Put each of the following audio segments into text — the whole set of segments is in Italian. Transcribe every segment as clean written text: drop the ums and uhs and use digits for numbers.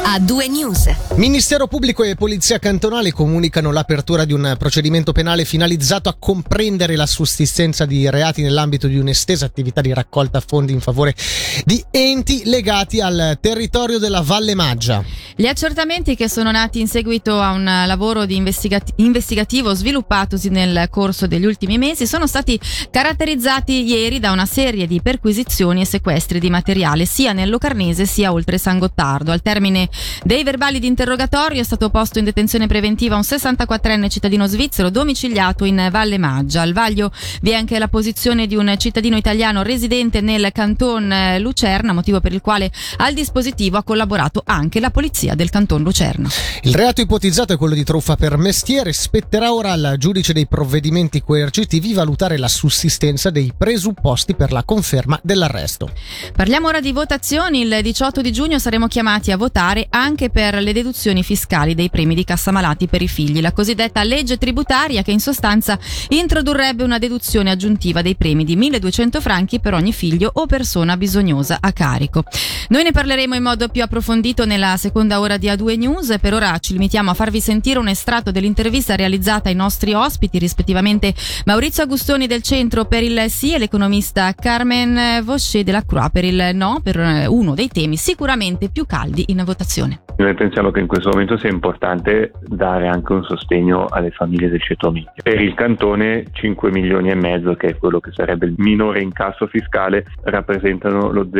A2 News. Ministero Pubblico e Polizia Cantonale comunicano l'apertura di un procedimento penale finalizzato a comprendere la sussistenza di reati nell'ambito di un'estesa attività di raccolta fondi in favore di enti legati al territorio della Valle Maggia. Gli accertamenti, che sono nati in seguito a un lavoro di investigativo sviluppatosi nel corso degli ultimi mesi, sono stati caratterizzati ieri da una serie di perquisizioni e sequestri di materiale sia nel Locarnese sia oltre San Gottardo. Al termine dei verbali di interrogatorio è stato posto in detenzione preventiva un 64enne cittadino svizzero domiciliato in Valle Maggia. Al vaglio vi è anche la posizione di un cittadino italiano residente nel canton Lucerna, motivo per il quale al dispositivo ha collaborato anche la polizia del canton Lucerna. Il reato ipotizzato è quello di truffa per mestiere. Spetterà ora al giudice dei provvedimenti coercitivi valutare la sussistenza dei presupposti per la conferma dell'arresto. Parliamo ora di votazioni. Il 18 di giugno saremo chiamati a votare anche per le deduzioni fiscali dei premi di cassamalati per i figli, la cosiddetta legge tributaria, che in sostanza introdurrebbe una deduzione aggiuntiva dei premi di 1.200 franchi per ogni figlio o persona bisognosa a carico. Noi ne parleremo in modo più approfondito nella seconda ora di A2 News. Per ora ci limitiamo a farvi sentire un estratto dell'intervista realizzata ai nostri ospiti, rispettivamente Maurizio Agustoni del Centro per il Sì e l'economista Carmen Vaucher della Croix per il No, per uno dei temi sicuramente più caldi in votazione. Noi pensiamo che in questo momento sia importante dare anche un sostegno alle famiglie del ceto medio. Per il cantone 5 milioni e mezzo, che è quello che sarebbe il minore incasso fiscale, rappresentano lo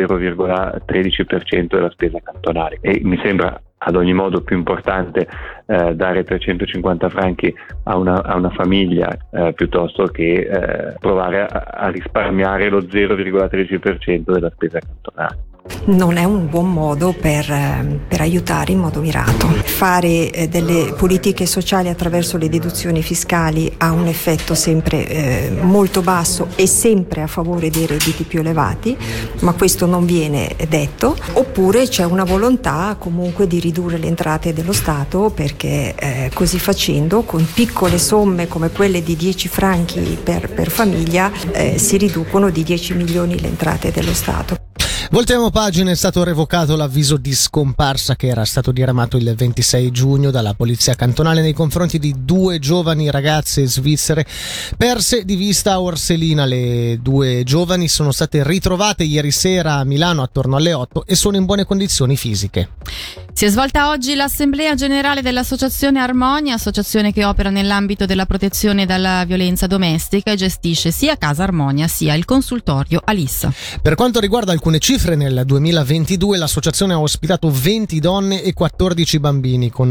0,13% della spesa cantonale, e mi sembra ad ogni modo più importante dare 350 franchi a una famiglia piuttosto che provare a risparmiare lo 0,13% della spesa cantonale. Non è un buon modo per aiutare in modo mirato. Fare delle politiche sociali attraverso le deduzioni fiscali ha un effetto sempre molto basso e sempre a favore dei redditi più elevati, ma questo non viene detto. Oppure c'è una volontà comunque di ridurre le entrate dello Stato, perché così facendo, con piccole somme come quelle di 10 franchi per famiglia, si riducono di 10 milioni le entrate dello Stato. Voltiamo pagina. È stato revocato l'avviso di scomparsa che era stato diramato il 26 giugno dalla polizia cantonale nei confronti di 2 giovani ragazze svizzere perse di vista a Orselina. Le 2 giovani sono state ritrovate ieri sera a Milano attorno alle 8 e sono in buone condizioni fisiche. Si è svolta oggi l'assemblea generale dell'associazione Armonia, associazione che opera nell'ambito della protezione dalla violenza domestica e gestisce sia Casa Armonia sia il consultorio Alissa. Per quanto riguarda alcune cifre, nel 2022 l'associazione ha ospitato 20 donne e 14 bambini con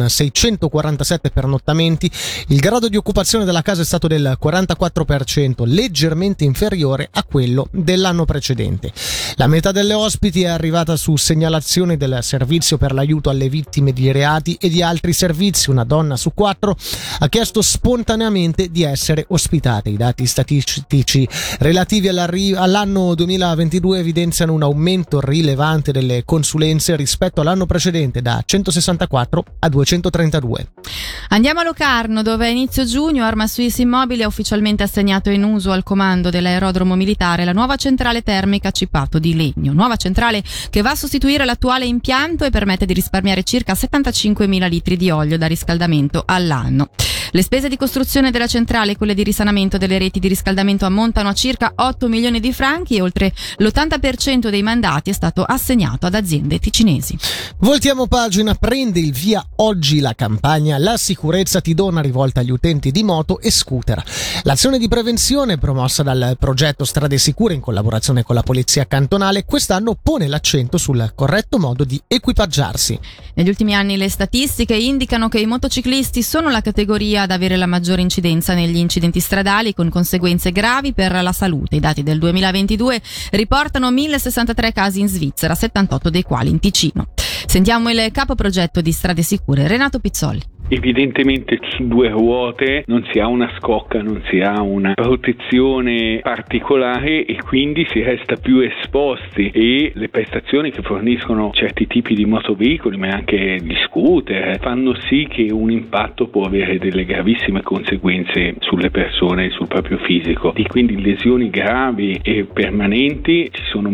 647 pernottamenti. Il grado di occupazione della casa è stato del 44%, leggermente inferiore a quello dell'anno precedente. La metà delle ospiti è arrivata su segnalazione del servizio per l'aiuto alle vittime di reati e di altri servizi. Una donna su 4 ha chiesto spontaneamente di essere ospitate. I dati statistici relativi all'anno 2022 evidenziano un aumento rilevante delle consulenze rispetto all'anno precedente, da 164 a 232. Andiamo a Locarno, dove a inizio giugno Arma Suisse Immobili ha ufficialmente assegnato in uso al comando dell'aerodromo militare la nuova centrale termica a Cipato di legno. Nuova centrale che va a sostituire l'attuale impianto e permette di risparmiare circa 75.000 litri di olio da riscaldamento all'anno. Le spese di costruzione della centrale e quelle di risanamento delle reti di riscaldamento ammontano a circa 8 milioni di franchi e oltre l'80% dei mandati è stato assegnato ad aziende ticinesi. Voltiamo pagina. Prende il via oggi la campagna La sicurezza ti dona, rivolta agli utenti di moto e scooter. L'azione di prevenzione promossa dal progetto Strade Sicure in collaborazione con la polizia cantonale quest'anno pone l'accento sul corretto modo di equipaggiarsi. Negli ultimi anni le statistiche indicano che i motociclisti sono la categoria ad avere la maggiore incidenza negli incidenti stradali, con conseguenze gravi per la salute. I dati del 2022 riportano 1.063 casi in Svizzera, 78 dei quali in Ticino. Sentiamo il capo progetto di Strade Sicure, Renato Pizzolli. Evidentemente su due ruote non si ha una scocca, non si ha una protezione particolare e quindi si resta più esposti, e le prestazioni che forniscono certi tipi di motoveicoli, ma anche gli scooter, fanno sì che un impatto può avere delle gravissime conseguenze sulle persone, sul proprio fisico. Di quindi lesioni gravi e permanenti. Ci sono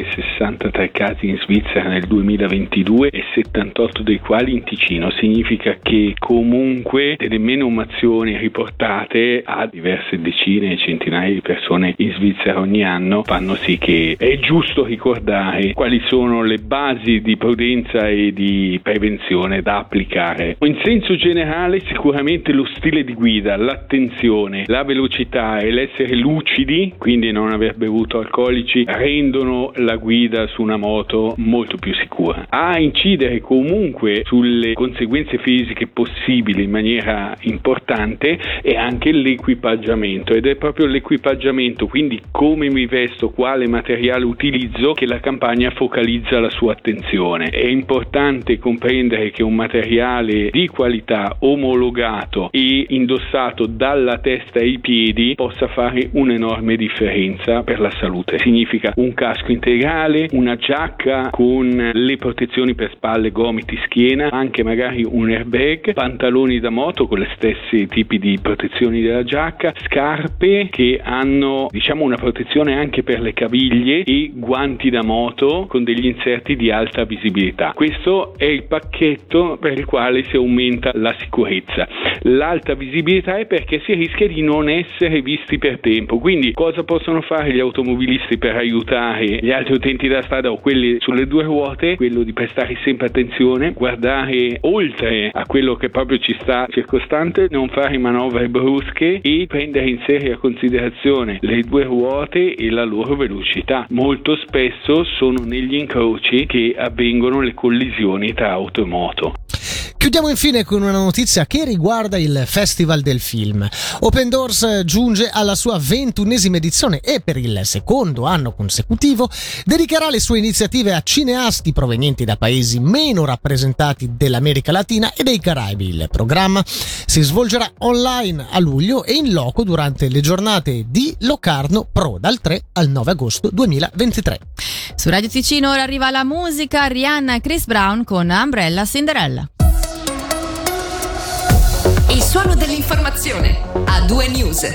1063 casi in Svizzera nel 2022 e 78 dei quali in Ticino. Significa che comunque delle menomazioni riportate a diverse decine e centinaia di persone in Svizzera ogni anno fanno sì che è giusto ricordare quali sono le basi di prudenza e di prevenzione da applicare. In senso generale sicuramente lo stile di guida, l'attenzione, la velocità e l'essere lucidi, quindi non aver bevuto alcolici, rendono la guida su una moto molto più sicura. A incidere comunque sulle conseguenze fisiche possibili in maniera importante è anche l'equipaggiamento, ed è proprio l'equipaggiamento, quindi come mi vesto, quale materiale utilizzo, che la campagna focalizza la sua attenzione. È importante comprendere che un materiale di qualità, omologato e indossato dalla testa ai piedi possa fare un'enorme differenza per la salute. Significa un casco integrale, una giacca con le protezioni per spalle, gomiti, schiena, anche magari un airbag, pantaloni da moto con le stesse tipi di protezioni della giacca, scarpe che hanno una protezione anche per le caviglie e guanti da moto con degli inserti di alta visibilità. Questo è il pacchetto per il quale si aumenta la sicurezza. L'alta visibilità è perché si rischia di non essere visti per tempo. Quindi cosa possono fare gli automobilisti per aiutare gli altri utenti della strada o quelli sulle due ruote? Quello di prestare sempre attenzione, guardare oltre a quello che proprio ci sta circostante, non fare manovre brusche e prendere in seria considerazione le due ruote e la loro velocità. Molto spesso sono negli incroci che avvengono le collisioni tra auto e moto. Chiudiamo infine con una notizia che riguarda il Festival del Film. Open Doors giunge alla sua 21esima edizione e per il secondo anno consecutivo dedicherà le sue iniziative a cineasti provenienti da paesi meno rappresentati dell'America Latina e dei Caraibi. Il programma si svolgerà online a luglio e in loco durante le giornate di Locarno Pro dal 3 al 9 agosto 2023. Su Radio Ticino ora arriva la musica, Rihanna e Chris Brown con Umbrella Cinderella. Il suono dell'informazione a 2 News.